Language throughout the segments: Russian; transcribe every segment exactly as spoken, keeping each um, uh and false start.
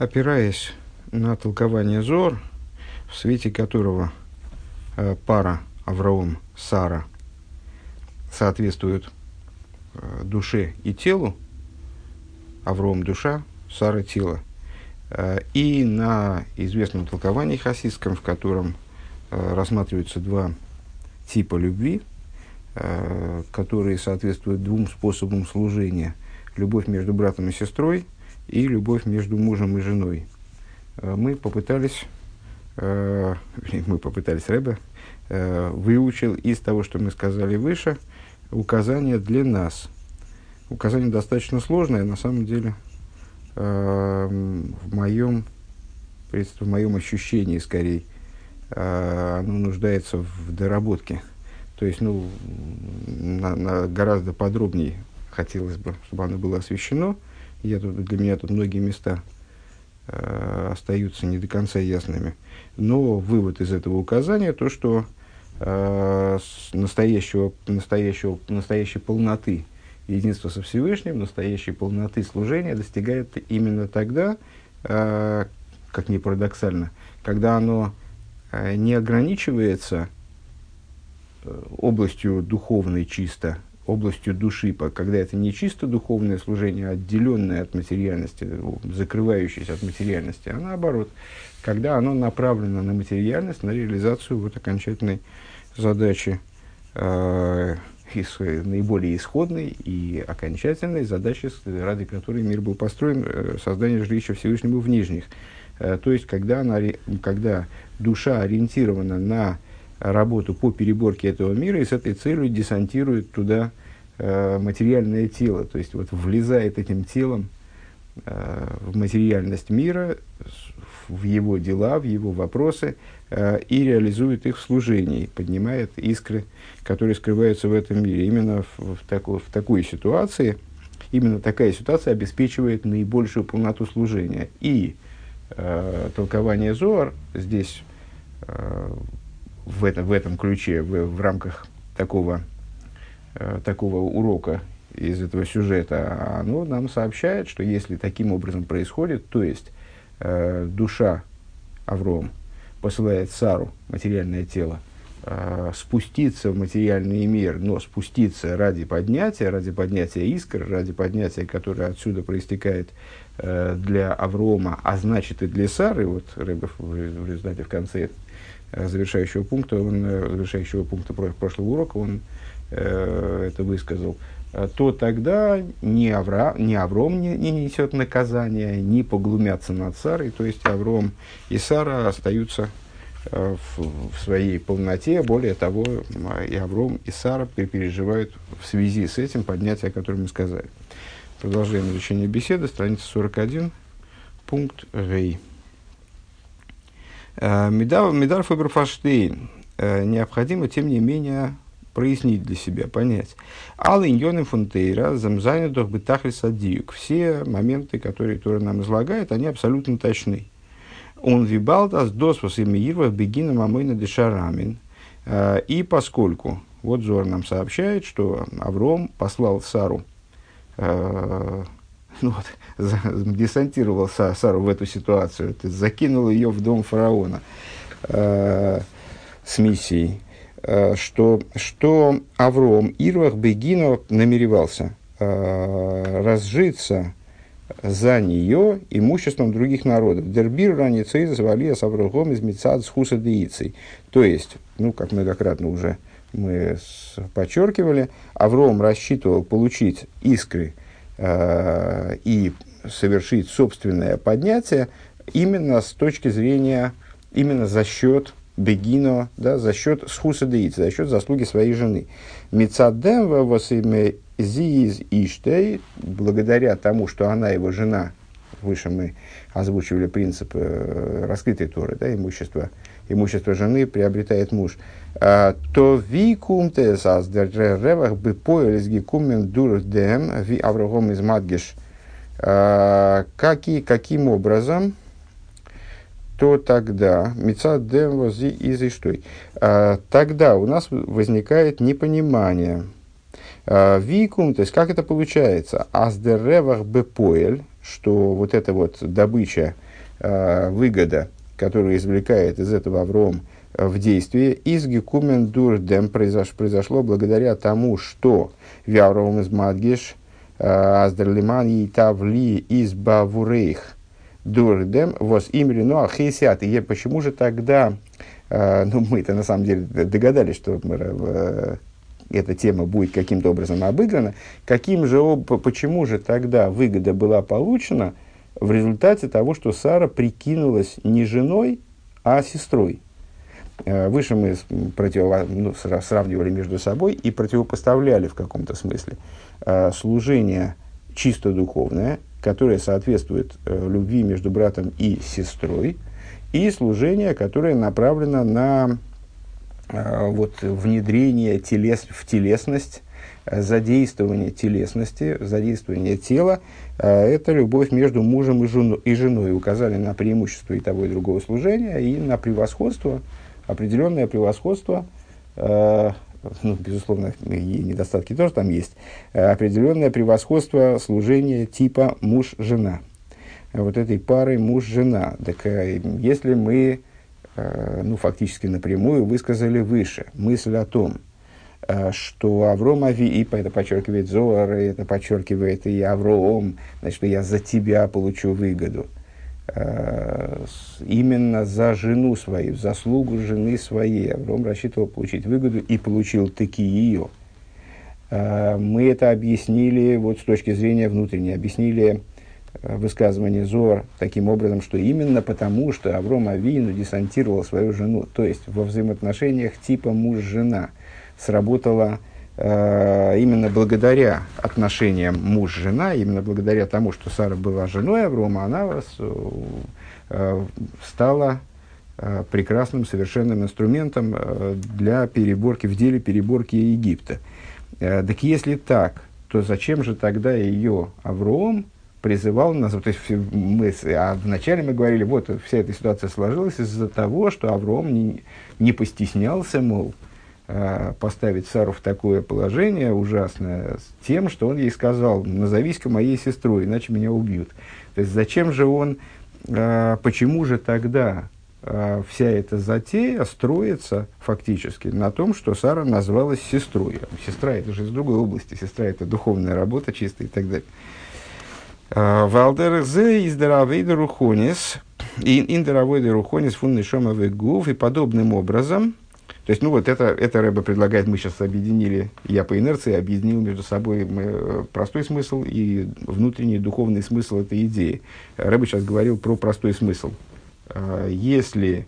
Опираясь на толкование Зоар, в свете которого э, пара Авраам-Сара соответствует э, душе и телу, Авраам – душа, Сара – тело, э, и на известном толковании хасидском, в котором э, рассматриваются два типа любви, э, которые соответствуют двум способам служения: любовь между братом и сестрой и любовь между мужем и женой. Мы попытались, э, мы попытались, Ребе э, выучил из того, что мы сказали выше, указание для нас. Указание достаточно сложное, на самом деле, э, в моем, в моем ощущении, скорее, э, оно нуждается в доработке. То есть, ну, на, на гораздо подробнее хотелось бы, чтобы оно было освещено. Я тут, для меня тут многие места э, остаются не до конца ясными. Но вывод из этого указания то, что э, с настоящего, настоящего, настоящей полноты единства со Всевышним, настоящей полноты служения достигает именно тогда, э, как ни парадоксально, когда оно э, не ограничивается э, областью духовной чисто, областью души, когда это не чисто духовное служение, отделенное от материальности, закрывающееся от материальности, а наоборот, когда оно направлено на материальность, на реализацию вот окончательной задачи, э, ис, наиболее исходной и окончательной задачи, ради которой мир был построен, э, создание жилища Всевышнему в нижних. Э, то есть, когда, она, когда душа ориентирована на работу по переборке этого мира и с этой целью десантирует туда э, материальное тело, то есть вот влезает этим телом э, в материальность мира, в его дела, в его вопросы э, и реализует их в служении, поднимает искры, которые скрываются в этом мире. Именно в, в, тако, в такой ситуации, именно такая ситуация обеспечивает наибольшую полноту служения. И э, толкование Зоар здесь э, В этом, в этом ключе, в, в рамках такого, э, такого урока из этого сюжета, оно нам сообщает, что если таким образом происходит, то есть э, душа Авром посылает Сару, материальное тело, э, спуститься в материальный мир, но спуститься ради поднятия, ради поднятия искр, ради поднятия, которое отсюда проистекает э, для Аврома, а значит и для Сары, вот Ребов в, в результате в конце завершающего пункта, он, завершающего пункта прошлого урока, он э, это высказал, то тогда ни, Авра, ни Авром не, не несет наказания, ни поглумятся над Сарой, то есть Авром и Сара остаются э, в, в своей полноте. Более того, и Авром, и Сара переживают в связи с этим поднятие, о котором мы сказали. Продолжаем изучение беседы, страница сорок один, пункт Рей. Мидар Фаберфаштейн необходимо, тем не менее, прояснить для себя, понять. Ал иньоным фунтейра замзайнедох бетахлис адиюк. Все моменты, которые Тора нам излагает, они абсолютно точны. Он вибалдас досвос и миирвах бегином амойна дешарамин. И поскольку, вот Зор нам сообщает, что Авром послал Сару, ну вот, десантировал Сару в эту ситуацию, закинул ее в дом фараона э, с миссией, э, что, что Авром Ирвах Бегино намеревался э, разжиться за нее имуществом других народов. Дербир ранецей завалия с Аврогом из Мицад с Хуса деицей. То есть, ну, как многократно уже мы с, подчеркивали, Авром рассчитывал получить искры и совершить собственное поднятие именно с точки зрения, именно за счет бегино, да, за счет схуса деиц, за счет заслуги своей жены. Мицадем восиме зииз иштей, благодаря тому, что она его жена, выше мы озвучивали принцип э, раскрытой Торы, да, имущество, имущество жены приобретает муж, а, то ви кумтес аз дерревах бы поэлис гикумен дурдем ви Аврагом из Мадгиш. Каким образом, то тогда мицад дем вози из иштой, тогда у нас возникает непонимание. Викум, то есть как это получается? Аздеревах бепоэль, что вот эта вот добыча э, выгода, которую извлекает из этого Авром в действие, из гекумен дурдем произошло, произошло благодаря тому, что вявром из мадгиш аздерлиман и тавли из бавурейх дурдем воз имрено ахейсят. И почему же тогда, э, ну мы-то на самом деле догадались, что мы, э, эта тема будет каким-то образом обыграна, каким же, почему же тогда выгода была получена в результате того, что Сара прикинулась не женой, а сестрой. Выше мы против, ну, сравнивали между собой и противопоставляли в каком-то смысле служение чисто духовное, которое соответствует любви между братом и сестрой, и служение, которое направлено на вот, внедрение телес, в телесность, задействование телесности, задействование тела. Это любовь между мужем и женой, и женой. Указали на преимущество и того, и другого служения, и на превосходство, определенное превосходство, э, ну, безусловно, и недостатки тоже там есть, определенное превосходство служения типа муж-жена. Вот этой пары муж-жена. Так если мы, э, ну, фактически напрямую высказали выше мысль о том, что Авром Ави, и это подчеркивает Зоар, и это подчеркивает и Авром, значит, что я за тебя получу выгоду. Именно за жену свою, заслугу жены своей Авром рассчитывал получить выгоду и получил таки ее. Мы это объяснили вот с точки зрения внутренней, объяснили высказывание Зоар таким образом, что именно потому, что Авром Авину десантировал свою жену, то есть во взаимоотношениях типа муж-жена, сработало э, именно благодаря отношениям муж-жена, именно благодаря тому, что Сара была женой Аврома, она э, стала э, прекрасным, совершенным инструментом э, для переборки, в деле переборки Египта. Э, так если так, то зачем же тогда ее Авром призывал нас? То есть мы, а вначале мы говорили, вот вся эта ситуация сложилась из-за того, что Авром не, не постеснялся, мол, поставить Сару в такое положение ужасное с тем, что он ей сказал: назовись-ка моей сестрой, иначе меня убьют. То есть зачем же он, почему же тогда вся эта затея строится фактически на том, что Сара назвалась сестрой? Сестра — это же из другой области, сестра — это духовная работа чистая и так далее. Валдер зе из даравейда рухонис, ин даравейда рухонис фун нишома вегув, и подобным образом. То есть, ну вот это, это Рэбе предлагает, мы сейчас объединили, я по инерции объединил между собой простой смысл и внутренний духовный смысл этой идеи. Рэбе сейчас говорил про простой смысл. Если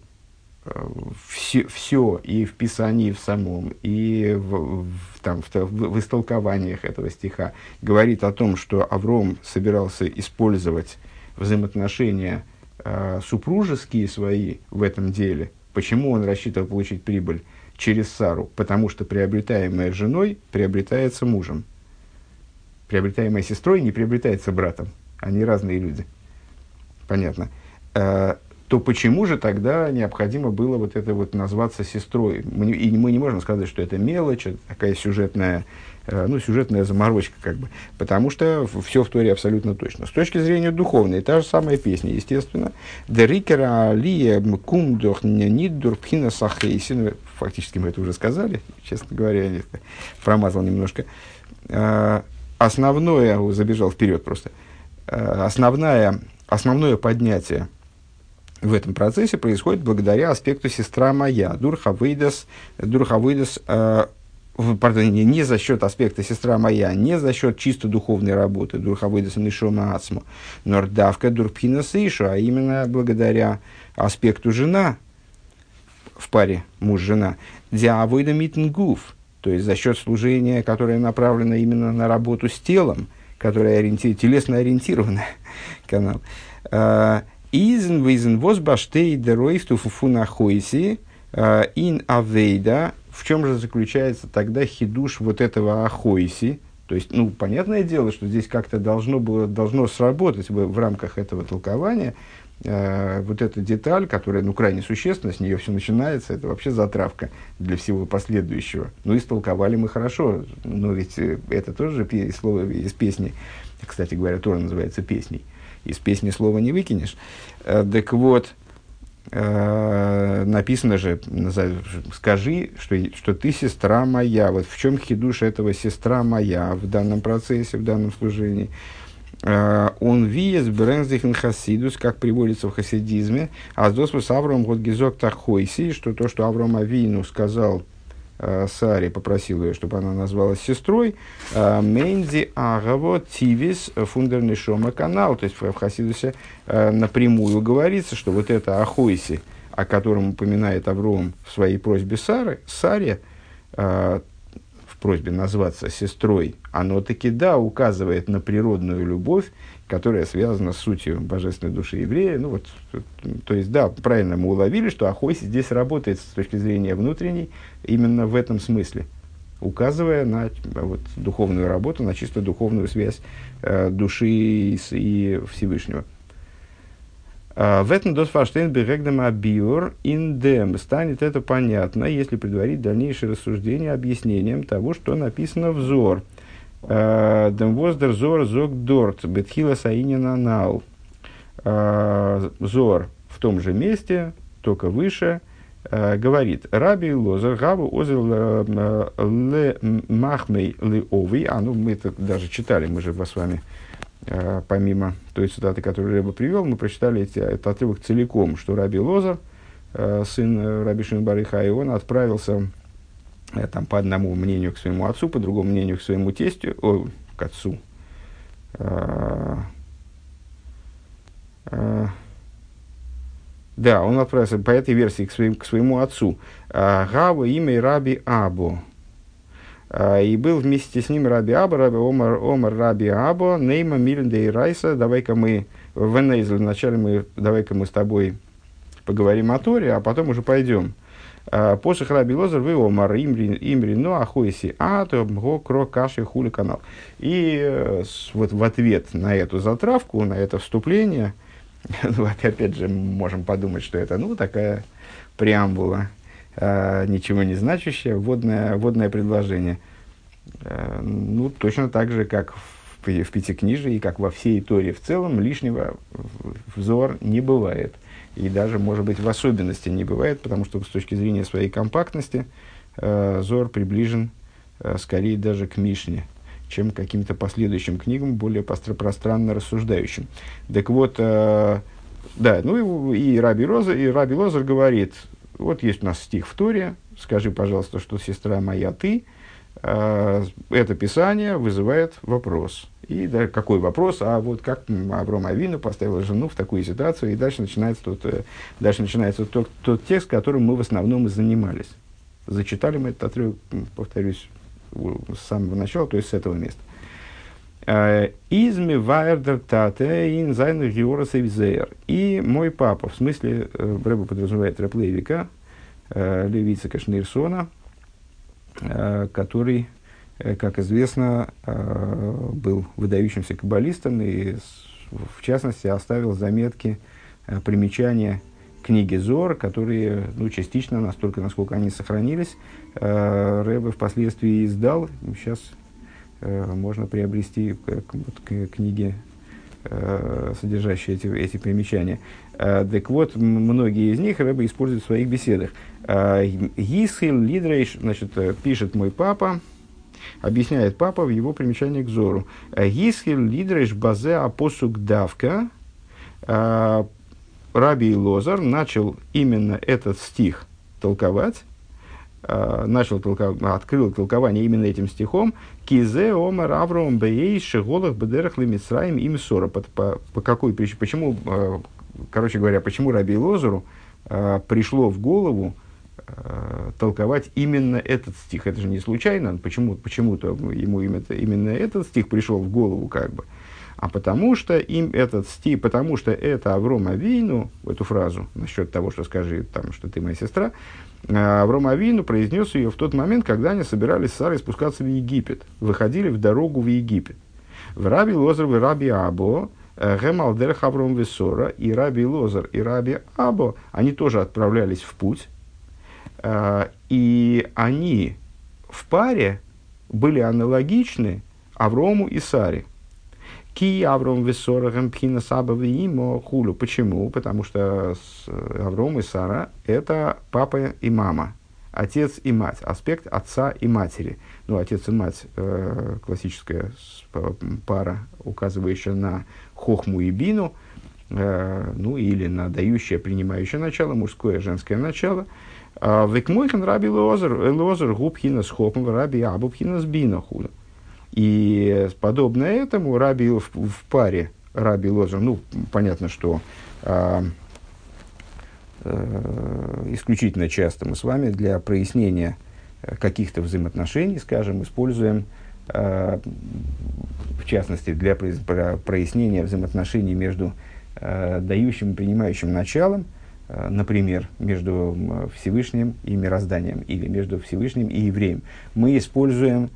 все, все и в Писании в самом, и в, в, там, в, в истолкованиях этого стиха говорит о том, что Авром собирался использовать взаимоотношения э, супружеские свои в этом деле. Почему он рассчитывал получить прибыль через Сару? Потому что приобретаемая женой приобретается мужем. Приобретаемая сестрой не приобретается братом. Они разные люди. Понятно. Э, то почему же тогда необходимо было вот это вот назваться сестрой? Мы, и мы не можем сказать, что это мелочь, такая сюжетная, э, ну, сюжетная заморочка, как бы. Потому что все в Торе абсолютно точно. С точки зрения духовной, та же самая песня, естественно. «Дерикера алия кумдох нидур пхина сахейси». Фактически мы это уже сказали, честно говоря, я промазал немножко. Э, основное, забежал вперед просто, э, основное, основное поднятие в этом процессе происходит благодаря аспекту «сестра моя». Дурхавейдас, дурхавейдас э, пардон, не, не за счет аспекта «сестра моя», не за счет чисто духовной работы, дурхавейдас нишома ацму, нордавка дурпхинас ишу, а именно благодаря аспекту «жена» в паре муж-жена, диавойда митнгуф, то есть за счет служения, которое направлено именно на работу с телом, которое ориенти... телесно ориентированное канал. Изен визен возбаштей деройфту фунахойси ин авейда. В чем же заключается тогда хидуш вот этого ахойси? То есть, ну, понятное дело, что здесь как-то должно было, должно сработать в, в рамках этого толкования э, вот эта деталь, которая, ну, крайне существенна, с нее все начинается, это вообще затравка для всего последующего. Ну, истолковали мы хорошо, но ведь это тоже слово из песни, кстати говоря, Тора называется песней. Из песни слова не выкинешь. Э, так вот, э, написано же, скажи, что, что ты сестра моя. Вот в чем хидуш этого сестра моя в данном процессе, в данном служении. Он виес бренздихен хасидус, как приводится в хасидизме, а с досвус Авраам год гизок тахойси, что то, что Авраам Авину сказал э, Саре, попросил ее, чтобы она назвалась сестрой, мейнзи агаво тивис фундернишома канал, то есть в хасидусе э, напрямую говорится, что вот это ахойси, о котором упоминает Авраам в своей просьбе Сары, Саре, э, в просьбе назваться сестрой, оно таки, да, указывает на природную любовь, которая связана с сутью божественной души еврея. Ну, вот, то есть, да, правильно мы уловили, что ахойси здесь работает с точки зрения внутренней именно в этом смысле, указывая на вот, духовную работу, на чисто духовную связь э, души и, и Всевышнего. В этом досфаштейн бегегдем абиур индем станет это понятно, если предварить дальнейшее рассуждение объяснением того, что написано в Зор. Дем воздер зор зог дорт бетхила саинин анал. Зор в том же месте, только выше, говорит: Раби Лозер гаву озел ле махмей ле ови. А ну мы это даже читали, мы же с вами. Помимо той цитаты, которую Ребе привел, мы прочитали эти, этот отрывок целиком, что Раби Лозер, сын Раби Шимон бар Йохай, он отправился там, по одному мнению к своему отцу, по другому мнению к своему тестю, о, к отцу. А, а, да, он отправился по этой версии к, своим, к своему отцу. Гава имя Раби Або. И был вместе с ним Раби Або, Раби Омар, Омар Раби Або, Нейма Мирндей Райса. Давай-ка мы, в Нейзеле, вначале мы, давай-ка мы с тобой поговорим о Торе, а потом уже пойдем. Посох Раби Лозер, вы Омар, Имри, ну, Ахойси, а то го кро каши хули канал. И вот в ответ на эту затравку, на это вступление, ну, опять же, можем подумать, что это, ну, такая преамбула, Uh, ничего не значащее, вводное, вводное предложение. Uh, ну, точно так же, как в, в Пятикнижии, и как во всей Торе в целом, лишнего в Зор не бывает. И даже, может быть, в особенности не бывает, потому что с точки зрения своей компактности uh, Зор приближен uh, скорее даже к Мишне, чем к каким-то последующим книгам, более постро- пространно рассуждающим. Так вот, uh, да, ну и, и Раби Лозер, и Раби Лозер говорит: вот есть у нас стих в Торе, скажи, пожалуйста, что сестра моя ты. Это писание вызывает вопрос. И да, какой вопрос? А вот как Авраам Авину поставил жену в такую ситуацию, и дальше начинается тот, дальше начинается тот, тот текст, которым мы в основном и занимались. Зачитали мы этот отрывок, повторюсь, с самого начала, то есть с этого места. Изми вайердер тате ин зайнер георас эвизеер. И мой папа, в смысле, Рэбе подразумевает Ребе Левика, Левица Кашнирсона, который, как известно, был выдающимся каббалистом и, в частности, оставил заметки, примечания книги Зор, которые, ну, частично, настолько, насколько они сохранились, Рэбе впоследствии издал. Сейчас можно приобрести вот, книги, содержащие эти, эти примечания. Так вот, многие из них Рэбе использует в своих беседах. Гисхил Лидрейш, значит, пишет мой папа, объясняет папа в его примечании к Зору. Гисхил Лидрейш базе апосук давка. Раби Лозер начал именно этот стих толковать, начал толков... открыл толкование именно этим стихом. Кизе омар Авраам бей шеголах бедерах лимитсраим им сора. По, по, по какой причине? Почему, короче говоря, почему Раби Лозеру пришло в голову толковать именно этот стих? Это же не случайно. Почему, почему-то ему именно этот стих пришел в голову, как бы. А потому что им этот стих, потому что это Авром Авину, эту фразу насчет того, что скажи, там, что ты моя сестра, Авром Авину произнес ее в тот момент, когда они собирались с Сарой спускаться в Египет, выходили в дорогу в Египет. В Раби Лозер и Раби Або, Гемалдер Хавром Весора, и Раби Лозер и Раби Або, они тоже отправлялись в путь, и они в паре были аналогичны Аврому и Саре. Ки Авром Весорахем Пхина Сабавы Имо Хулю. Почему? Потому что Авром и Сара – это папа и мама, отец и мать, аспект отца и матери. Ну, отец и мать э, – классическая пара, указывающая на хохму и бину, э, ну, или на дающее, принимающее начало, мужское, женское начало. Векмойхан Раби Лозер губхина с хохмом, Раби Абубхина с бина хулю. И подобно этому Раби, в, в паре Раби Лозер, ну, понятно, что э, э, исключительно часто мы с вами для прояснения каких-то взаимоотношений, скажем, используем, э, в частности, для прояснения взаимоотношений между э, дающим и принимающим началом, э, например, между Всевышним и мирозданием, или между Всевышним и евреем. Мы используем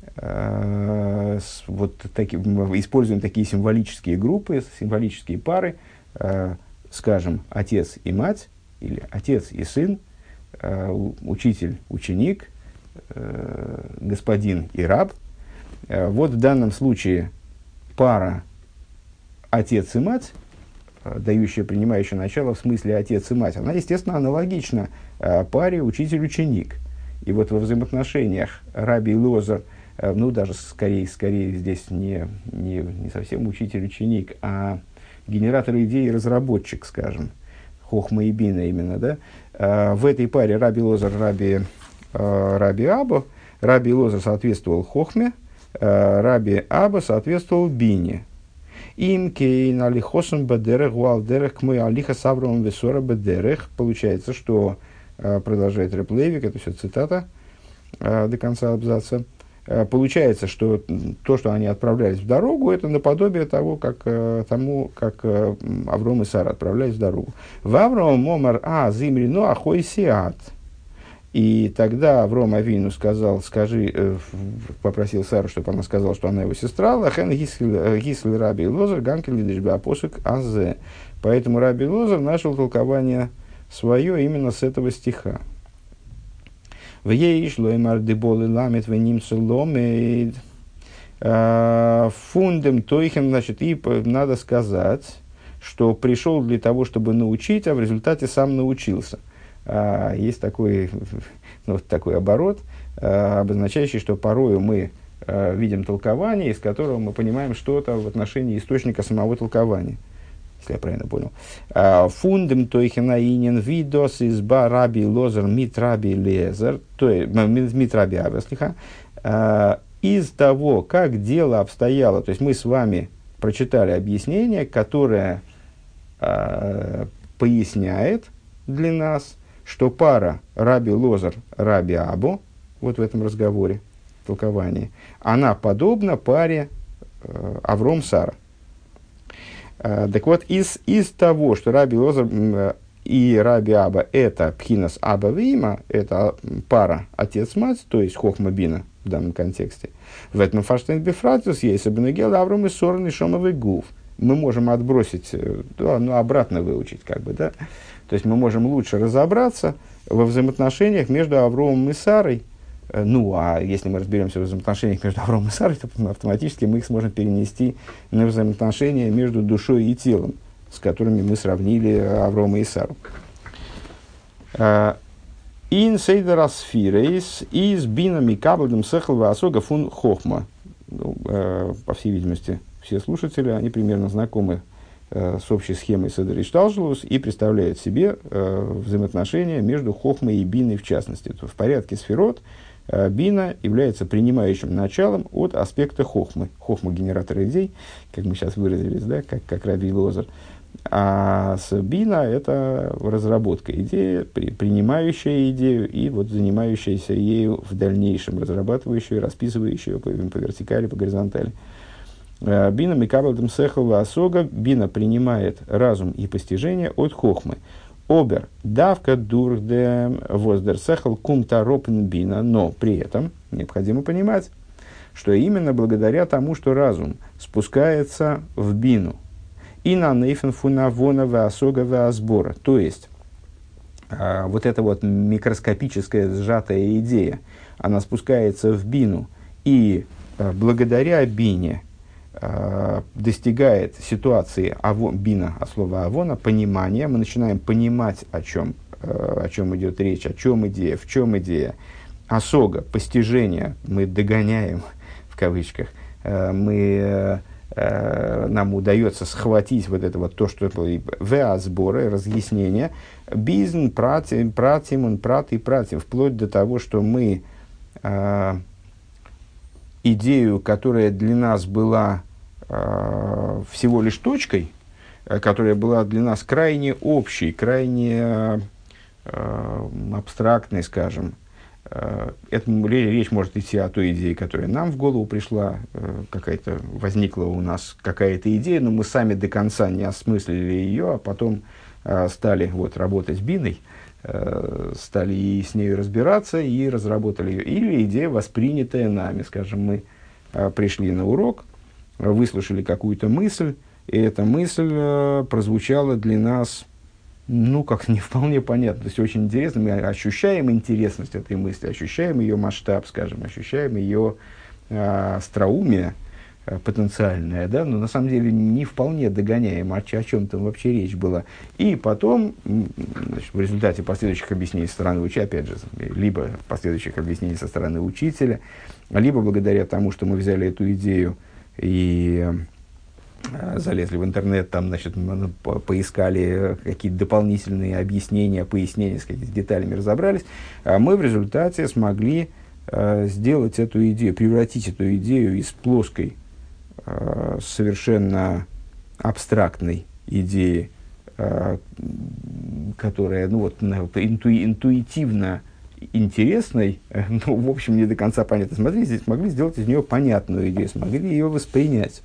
вот таки, используем такие символические группы, символические пары, э, скажем, отец и мать, или отец и сын, э, учитель, ученик, э, господин и раб. Э, вот в данном случае пара отец и мать, э, дающая, принимающая начало в смысле отец и мать, она, естественно, аналогична э, паре учитель-ученик. И вот во взаимоотношениях Раби Лозер, ну, даже скорее, скорее здесь не, не, не совсем учитель-ученик, а генератор идей и разработчик, скажем, хохма и бина именно, да. В этой паре Раби Лозер, Раби, Раби Або, Раби Лозер соответствовал хохме, Раби Або соответствовал бине. Им кейн алихосом бедерех гуалдерех к мой алиха савром весора бедерех. Получается, что, продолжает Реб Лейвик, это все цитата до конца абзаца, получается, что то, что они отправлялись в дорогу, это наподобие того, как, тому, как Авром и Сара отправлялись в дорогу. В Авром момар а зимрино ахой сиат. И тогда Авром Авину сказал, скажи, попросил Сару, чтобы она сказала, что она его сестра. Лахен гисль Раби Лозер ганкель лидишбе апосук азе. Поэтому Раби Лозер начал толкование свое именно с этого стиха. В ейш лоймар деболы ламет в нимцу ломет. Фундем тойхем, значит, и надо сказать, что пришел для того, чтобы научить, а в результате сам научился. Есть такой, ну, такой оборот, обозначающий, что порою мы видим толкование, из которого мы понимаем что-то в отношении источника самого толкования. Если я правильно понял. Фундем тойхенаинен видос из ба Раби Лозер мит Раби Лезер, то есть мит Раби Абеслиха, из того, как дело обстояло, то есть мы с вами прочитали объяснение, которое поясняет для нас, что пара Раби Лозер, Раби Або, вот в этом разговоре, толковании, она подобна паре Авром Сара. Uh, так вот, из, из того, что Раби Лозер э, и Раби Аба это пхинас Аба Вима, это пара отец-мать, то есть хохма бина в данном контексте, в этом фаштейн бифратус есть абенегел Авром и Сорн и Шомовый Гуф. Мы можем отбросить, да, ну, обратно выучить, как бы, да. То есть мы можем лучше разобраться во взаимоотношениях между Авромом и Сарой. Ну, а если мы разберемся в взаимоотношениях между Авромом и Сарой, то автоматически мы их сможем перенести на взаимоотношения между душой и телом, с которыми мы сравнили Аврома и Сару. Ин сейдер асфирейс из бинами каблдем сехлва асога фун хохма. По всей видимости, все слушатели, они примерно знакомы с общей схемой Седер Ишталшелус и представляют себе взаимоотношения между хохмой и биной в частности. В порядке сферот бина является принимающим началом от аспекта хохмы. Хохма – генератор идей, как мы сейчас выразились, да, как, как Раби Лозер. А с бина – это разработка идеи, при, принимающая идею и вот занимающаяся ею в дальнейшем, разрабатывающая, расписывающая ее по, по вертикали, по горизонтали. Бина микаблдем сехова асога, бина принимает разум и постижение от хохмы. Обер давка дурде воздер сехал кумта ропен бина, но при этом необходимо понимать, что именно благодаря тому, что разум спускается в бину, и на нейфен фунавона васога васбора, то есть а, вот эта вот микроскопическая сжатая идея, она спускается в бину, и а, благодаря бине э, достигает ситуации авон, бина, от слова авона, понимания, мы начинаем понимать, о чем, э, о чем идет речь, о чем идея, в чем идея. Осога, постижение, мы догоняем, в кавычках, э, мы, э, нам удается схватить вот это вот то, что веа сборы, разъяснение, бизн, пратим, пратим, прат и пратим, вплоть до того, что мы э, идею, которая для нас была э, всего лишь точкой, э, которая была для нас крайне общей, крайне э, абстрактной, скажем, э, это, речь может идти о той идее, которая нам в голову пришла, э, какая-то возникла у нас какая-то идея, но мы сами до конца не осмыслили ее, а потом э, стали вот, работать с биной, стали и с ней разбираться, и разработали ее. Или идея, воспринятая нами. Скажем, мы а, пришли на урок, выслушали какую-то мысль, и эта мысль а, прозвучала для нас, ну, как не вполне понятно. То есть, очень интересно. Мы ощущаем интересность этой мысли, ощущаем ее масштаб, скажем, ощущаем ее а, остроумие потенциальная, да, но на самом деле не вполне догоняем, о, о чем там вообще речь была. И потом, значит, в результате последующих объяснений со стороны учителя, опять же, либо последующих объяснений со стороны учителя, либо благодаря тому, что мы взяли эту идею и э, залезли в интернет, там, значит, мы по поискали какие-то дополнительные объяснения, пояснения, с какими-то деталями разобрались, а мы в результате смогли э, сделать эту идею, превратить эту идею из плоской, совершенно абстрактной идеи, которая, ну, вот, инту, интуитивно интересной, но, в общем, не до конца понятно. Смотрите, здесь смогли сделать из нее понятную идею, смогли ее воспринять.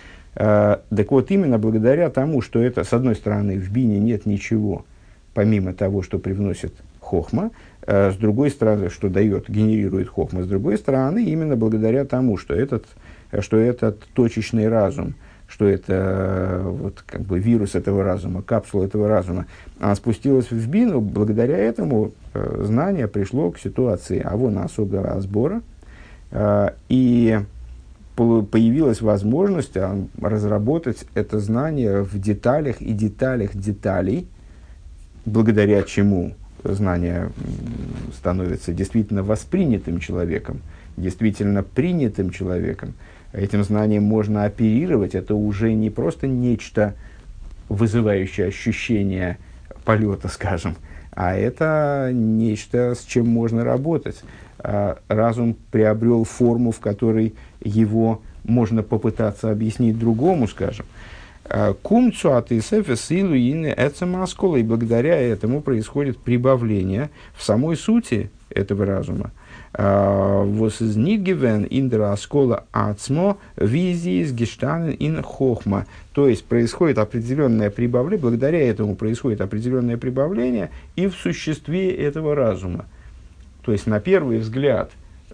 Так вот, именно благодаря тому, что это, с одной стороны, в бине нет ничего, помимо того, что привносит хохма, с другой стороны, что дает, генерирует хохма, с другой стороны, именно благодаря тому, что этот что этот точечный разум, что это вот, как бы вирус этого разума, капсула этого разума, она спустилась в бину, благодаря этому э, знание пришло к ситуации авона асога сбора, э, и по- появилась возможность э, разработать это знание в деталях и деталях деталей, благодаря чему знание становится действительно воспринятым человеком, действительно принятым человеком. Этим знанием можно оперировать, это уже не просто нечто, вызывающее ощущение полета, скажем, а это нечто, с чем можно работать. Разум приобрел форму, в которой его можно попытаться объяснить другому, скажем. Кумцу атисефе силу ины эцемаскола, и благодаря этому происходит прибавление в самой сути этого разума. Was is nicht given in der Askola Ацмо, wie ist gestanden in Хохма. То есть происходит определенное прибавление, благодаря этому происходит определенное прибавление и в существе этого разума. То есть на первый взгляд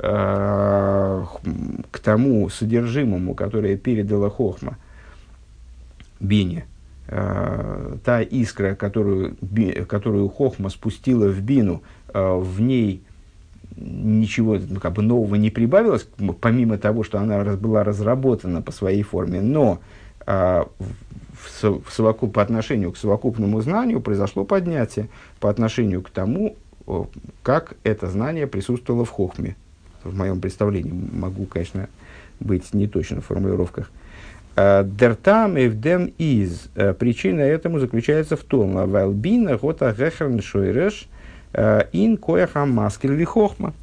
э, к тому содержимому, которое передала Хохма, бине, э, та искра, которую, би, которую Хохма спустила в бину, э, в ней ничего, ну, как бы нового не прибавилось, помимо того, что она раз, была разработана по своей форме, но а, в, в совокуп, по отношению к совокупному знанию произошло поднятие по отношению к тому, как это знание присутствовало в Хохме. В моем представлении могу, конечно, быть неточно в формулировках. Дертам эвдем из. Причина этому заключается в том, валбина гота гехерн шойреш ин кояха маскель вихохма.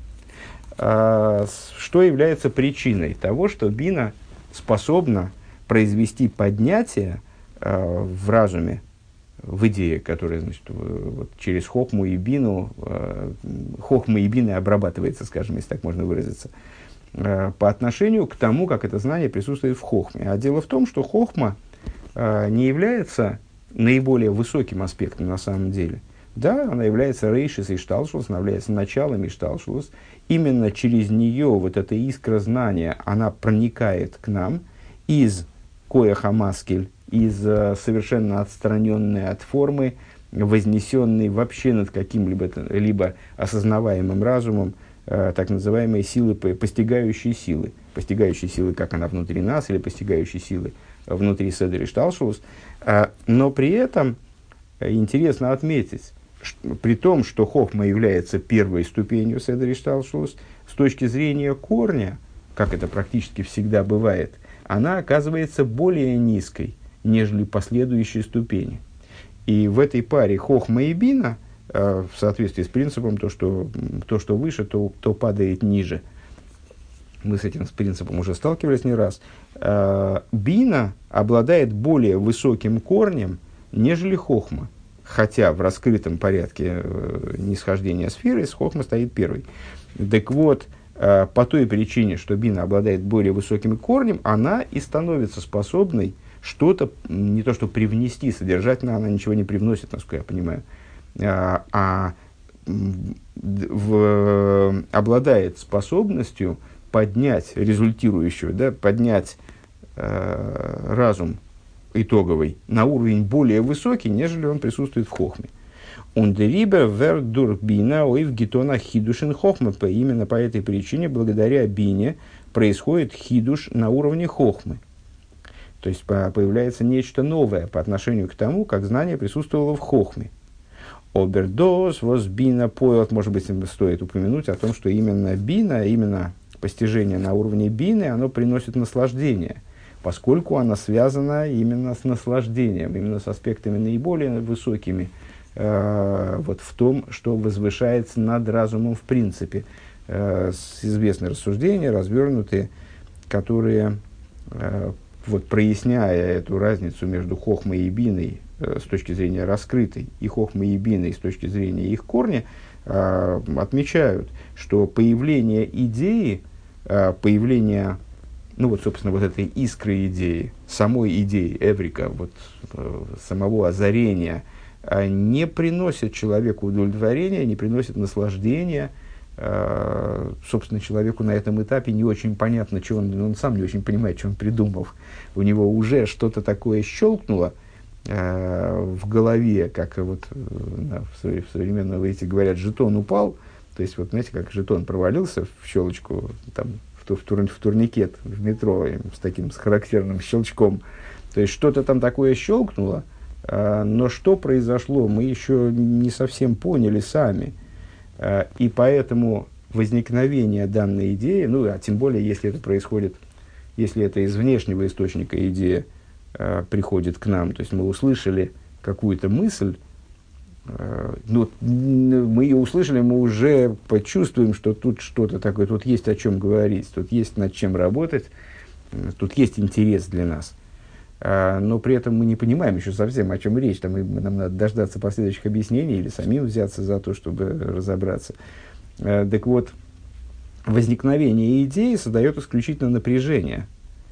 Что является причиной того, что бина способна произвести поднятие в разуме, в идее, которая, значит, вот, через хохму и бину, хохма и бины обрабатывается, скажем, если так можно выразиться, по отношению к тому, как это знание присутствует в хохме. А дело в том, что хохма не является наиболее высоким аспектом на самом деле. Да, она является рейшис и шталшус, она является началом и шталшус. Именно через нее вот эта искра знания, она проникает к нам из кояха маскель, из uh, совершенно отстраненной от формы, вознесенной вообще над каким-либо либо осознаваемым разумом, э, так называемые силы, постигающие силы. Постигающие силы, как она внутри нас, или постигающие силы внутри Седер Ишталшус. Э, но при этом э, интересно отметить, что, при том, что хохма является первой ступенью Седер Ишталшус, с точки зрения корня, как это практически всегда бывает, она оказывается более низкой, нежели последующие ступени. И в этой паре хохма и бина, э, в соответствии с принципом, то, что, то, что выше, то, то падает ниже. Мы с этим с принципом уже сталкивались не раз. Э, бина обладает более высоким корнем, нежели хохма. Хотя в раскрытом порядке э, нисхождения сферы с хохма стоит первой. Так вот, э, по той причине, что бина обладает более высоким корнем, она и становится способной что-то, не то что привнести, содержательно она ничего не привносит, насколько я понимаю, а, а в, обладает способностью поднять результирующую, да, поднять э, разум итоговый на уровень более высокий, нежели он присутствует в хохме. Он дерибе вер дур бина оив гитона хидушин хохмы. Именно по этой причине, благодаря бине, происходит хидуш на уровне хохмы. То есть появляется нечто новое по отношению к тому, как знание присутствовало в хохме. Обердос, воз бина поет, может быть, стоит упомянуть о том, что именно бина, именно постижение на уровне бины, оно приносит наслаждение, поскольку оно связано именно с наслаждением, именно с аспектами наиболее высокими, э, вот в том, что возвышается над разумом в принципе. Э, известные рассуждения, развернутые, которые, э, вот, проясняя эту разницу между хохмой и биной э, с точки зрения раскрытой и хохмой и биной с точки зрения их корня, э, отмечают, что появление идеи, э, появление, ну вот, собственно, вот этой искры идеи, самой идеи, эврика, вот, э, самого озарения, э, не приносит человеку удовлетворения, не приносит наслаждения. Э, собственно, человеку на этом этапе не очень понятно, что он, он сам не очень понимает, что он придумал. У него уже что-то такое щелкнуло э, в голове, как вот э, в, в современном эти говорят, жетон упал. То есть, вот знаете, как жетон провалился в щелочку, там, в, в, тур, в турникет в метро с таким с характерным щелчком. То есть, что-то там такое щелкнуло, э, но что произошло, мы еще не совсем поняли сами. Э, и поэтому возникновение данной идеи, ну, а тем более, если это происходит, если это из внешнего источника идея э, приходит к нам, то есть мы услышали какую-то мысль, э, ну, мы ее услышали, мы уже почувствуем, что тут что-то такое, тут есть о чем говорить, тут есть над чем работать, э, тут есть интерес для нас. Э, но при этом мы не понимаем еще совсем, о чем речь. Там, и, нам надо дождаться последующих объяснений или самим взяться за то, чтобы разобраться. Э, так вот, возникновение идеи создает исключительно напряжение.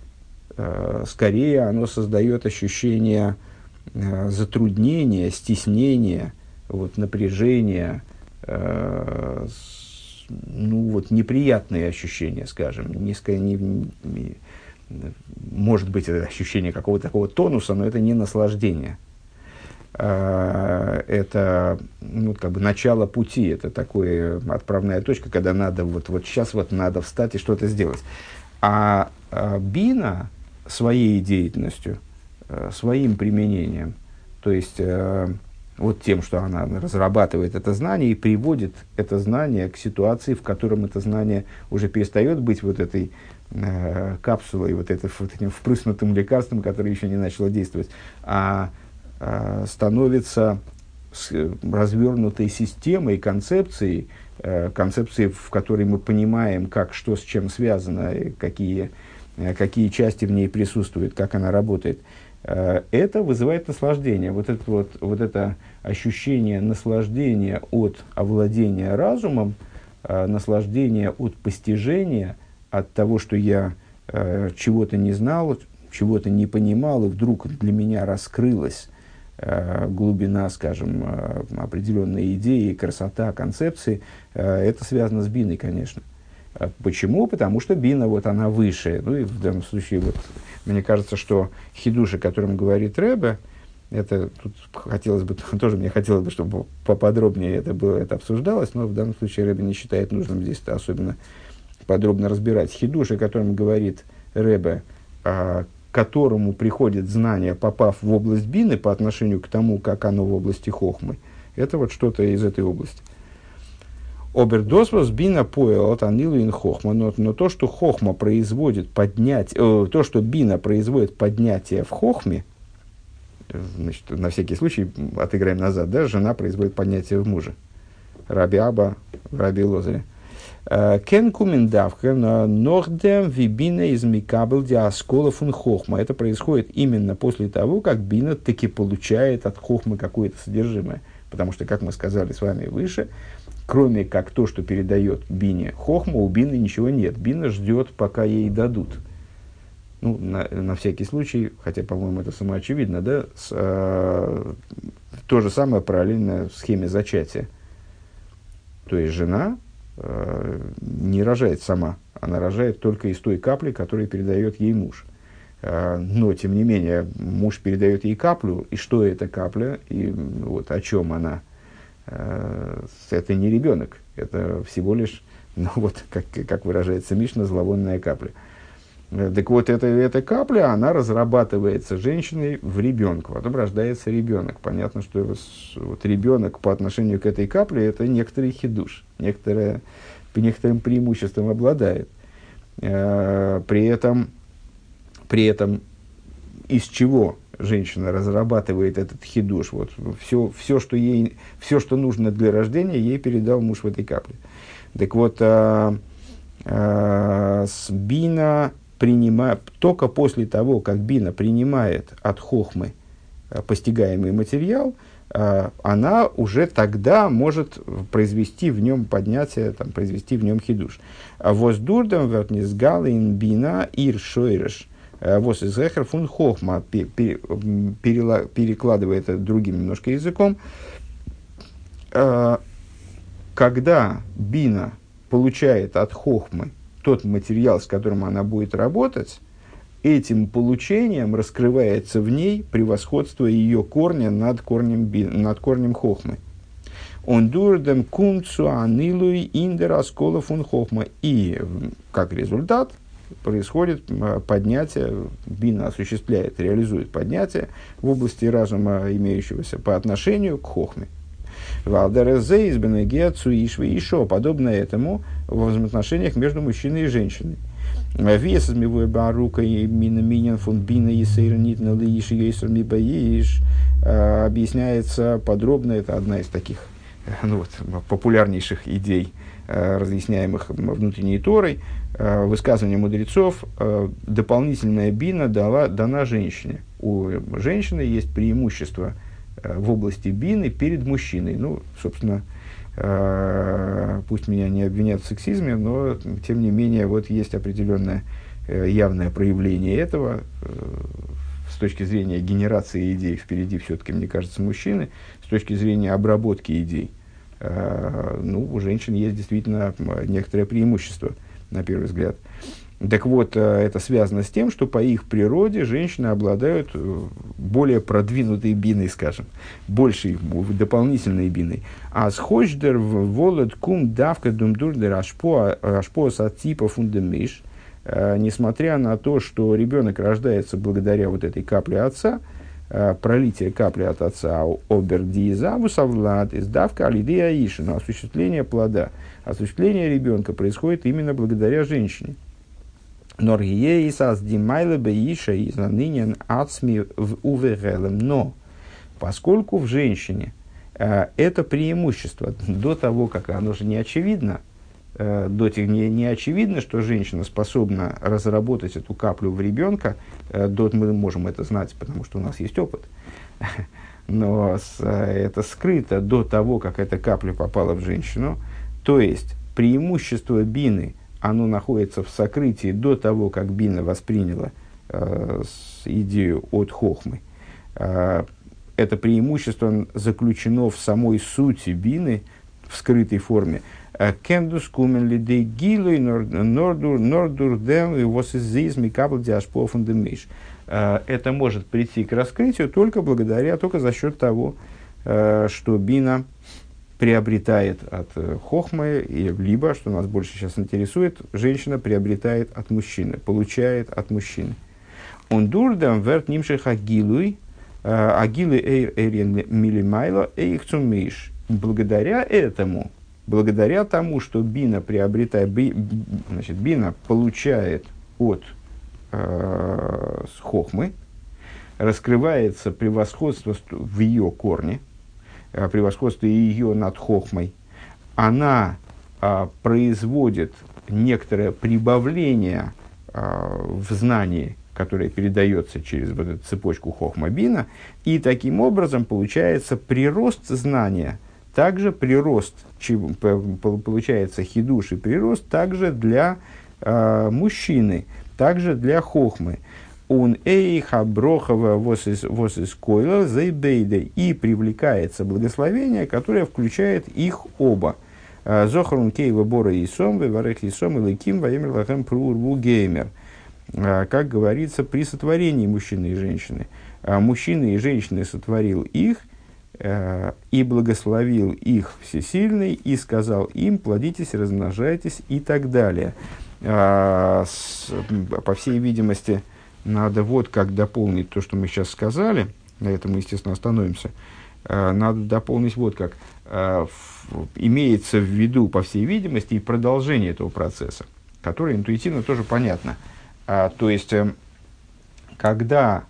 Э, скорее, оно создает ощущение э, затруднения, стеснения, вот, напряжения, э, с, ну, вот, неприятные ощущения, скажем. Низко, не, не, может быть, это ощущение какого-то такого тонуса, но это не наслаждение. Это, ну, как бы начало пути, это такая отправная точка, когда надо, вот, вот сейчас вот надо встать и что-то сделать. А, а бина своей деятельностью, своим применением, то есть вот тем, что она разрабатывает это знание и приводит это знание к ситуации, в котором это знание уже перестает быть вот этой э, капсулой, вот, это, вот этим впрыснутым лекарством, которое еще не начало действовать, а э, становится с, развернутой системой, концепцией, э, концепцией, в которой мы понимаем, как, что с чем связано, какие, э, какие части в ней присутствуют, как она работает. Это вызывает наслаждение. Вот это, вот, вот это ощущение наслаждения от овладения разумом, э, наслаждение от постижения, от того, что я э, чего-то не знал, чего-то не понимал, и вдруг для меня раскрылась э, глубина, скажем, э, определенной идеи, красота, концепции. Э, это связано с биной, конечно. Почему? Потому что бина, вот она выше. Ну и в данном случае, вот, мне кажется, что хидуш, о котором говорит Ребе, Это тут хотелось бы, тоже мне хотелось бы, чтобы поподробнее это было, это обсуждалось, но в данном случае Ребе не считает нужным здесь особенно подробно разбирать. Хидуш, о котором говорит Ребе, а, которому приходит знание, попав в область бины по отношению к тому, как оно в области хохмы, это вот что-то из этой области. Обердосвос бина поэл от анилуин хохма, но, но то, что хохма производит поднятие, э, то, что бина производит поднятие в хохме, значит, на всякий случай отыграем назад, да, жена производит поднятие в муже. Раби Аба, Раби Лозаре. Кен кумендавка нордем вибина из микабел диаскола фун хохма. Это происходит именно после того, как бина таки получает от хохмы какое-то содержимое. Потому что, как мы сказали с вами выше, кроме как то, что передает бине хохма, у бины ничего нет. Бина ждет, пока ей дадут. Ну, на, на всякий случай, хотя, по-моему, это самоочевидно, да, с, э, то же самое параллельно схеме зачатия. То есть жена э, не рожает сама, она рожает только из той капли, которую передает ей муж. Э, но, тем не менее, муж передает ей каплю, и что эта капля, и вот, о чем она. Э, это не ребенок, это всего лишь, ну, вот, как, как выражается Мишна, зловонная капля. Так вот, эта, эта капля, она разрабатывается женщиной в ребенка. Потом рождается ребенок. Понятно, что вот ребенок по отношению к этой капле это некоторый хидуш, некоторое, по некоторым преимуществам обладает. Э, при этом, при этом из чего женщина разрабатывает этот хидуш? Вот, все, все, что ей, все, что нужно для рождения, ей передал муж в этой капле. Так вот, э, э, с бина... Принимая, только после того, как бина принимает от хохмы а, постигаемый материал, а, она уже тогда может произвести в нем поднятие, там, произвести в нем хидуш. Воздурдам вертнизгалин бина ир шойреш вос из эхер фун хохма, перекладывая это другим немножко языком, а, когда бина получает от хохмы тот материал, с которым она будет работать, этим получением раскрывается в ней превосходство ее корня над корнем, над корнем хохмы. Он дурдем кунцу анилуй индер аскола фун хохма. И как результат происходит поднятие, бина осуществляет, реализует поднятие в области разума, имеющегося по отношению к хохме. Подобно этому в взаимоотношениях между мужчиной и женщиной. Объясняется подробно, это одна из таких, ну, вот, популярнейших идей, разъясняемых внутренней Торой, высказывание мудрецов: дополнительная бина дала, дана женщине. У женщины есть преимущество в области бины перед мужчиной. Ну, собственно, э, пусть меня не обвинят в сексизме, но, тем не менее, вот есть определенное э, явное проявление этого. Э, с точки зрения генерации идей впереди все-таки, мне кажется, мужчины. С точки зрения обработки идей, э, ну, у женщин есть действительно некоторое преимущество, на первый взгляд. Так вот, это связано с тем, что по их природе женщины обладают более продвинутой биной, скажем, большей, дополнительной биной. А схождер волод кум давка думдурдер ашпо сатипа фундамиш, несмотря на то, что ребенок рождается благодаря вот этой капле отца, пролитие капли от отца, обердиезаву совлад, издавка алидея ишина, осуществление плода, осуществление ребенка происходит именно благодаря женщине. Но поскольку в женщине э, это преимущество до того, как оно же не очевидно, э, до тех не, не очевидно, что женщина способна разработать эту каплю в ребенка, э, до, мы можем это знать, потому что у нас есть опыт, но с, э, это скрыто до того, как эта капля попала в женщину, то есть преимущество бины, оно находится в сокрытии до того, как бина восприняла э, идею от хохмы. Э, это преимущество заключено в самой сути бины, в скрытой форме. Кендус кумен лидей гилой нордур нордур дем и восизизм и кабл диашпо фундамиш. э, это может прийти к раскрытию только благодаря, только за счет того, э, что бина приобретает от э, хохмы, и, либо, что нас больше сейчас интересует, женщина приобретает от мужчины, получает от мужчины. Он дурдам верт нимших агилуй, агилы эйр эйрен милимайло эйхцумиш. Благодаря этому, благодаря тому, что бина приобретает, би, значит, бина получает от э, хохмы, раскрывается превосходство в ее корне, превосходство ее над хохмой, она а, производит некоторое прибавление а, в знании, которое передается через вот эту цепочку хохма-бина, и таким образом получается прирост знания, также прирост, получается хидуш и прирост также для а, мужчины, также для хохмы. Он эйха брохова вос из койла зайбейде, и привлекается благословение, которое включает их оба. Зохарун кейва бора и сом, веварех и сом, и лейким, ваемер лахем прурву геймер. Как говорится, при сотворении мужчины и женщины. Мужчины и женщины сотворил их, и благословил их всесильный, и сказал им: плодитесь, размножайтесь, и так далее. По всей видимости, надо вот как дополнить то, что мы сейчас сказали, на этом мы, естественно, остановимся. Надо дополнить вот как. Имеется в виду, по всей видимости, и продолжение этого процесса, которое интуитивно тоже понятно. То есть, когда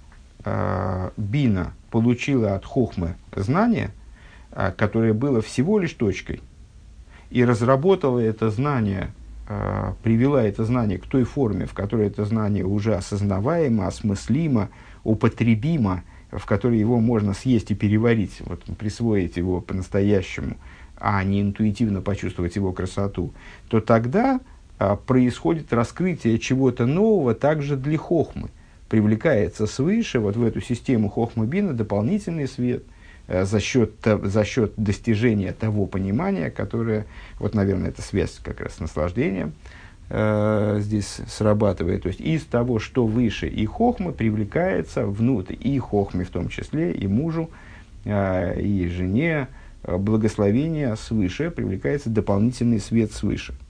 бина получила от хохмы знание, которое было всего лишь точкой, и разработала это знание, привела это знание к той форме, в которой это знание уже осознаваемо, осмыслимо, употребимо, в которой его можно съесть и переварить, вот, присвоить его по-настоящему, а не интуитивно почувствовать его красоту, то тогда а, происходит раскрытие чего-то нового также для хохмы. Привлекается свыше, вот в эту систему хохмы-бина, дополнительный свет а, за счет, за счет достижения того понимания, которое, вот, наверное, эта связь как раз с наслаждением э, здесь срабатывает. То есть, из того, что выше и хохмы, привлекается внутрь, и хохме в том числе, и мужу, э, и жене, благословение свыше, привлекается дополнительный свет свыше.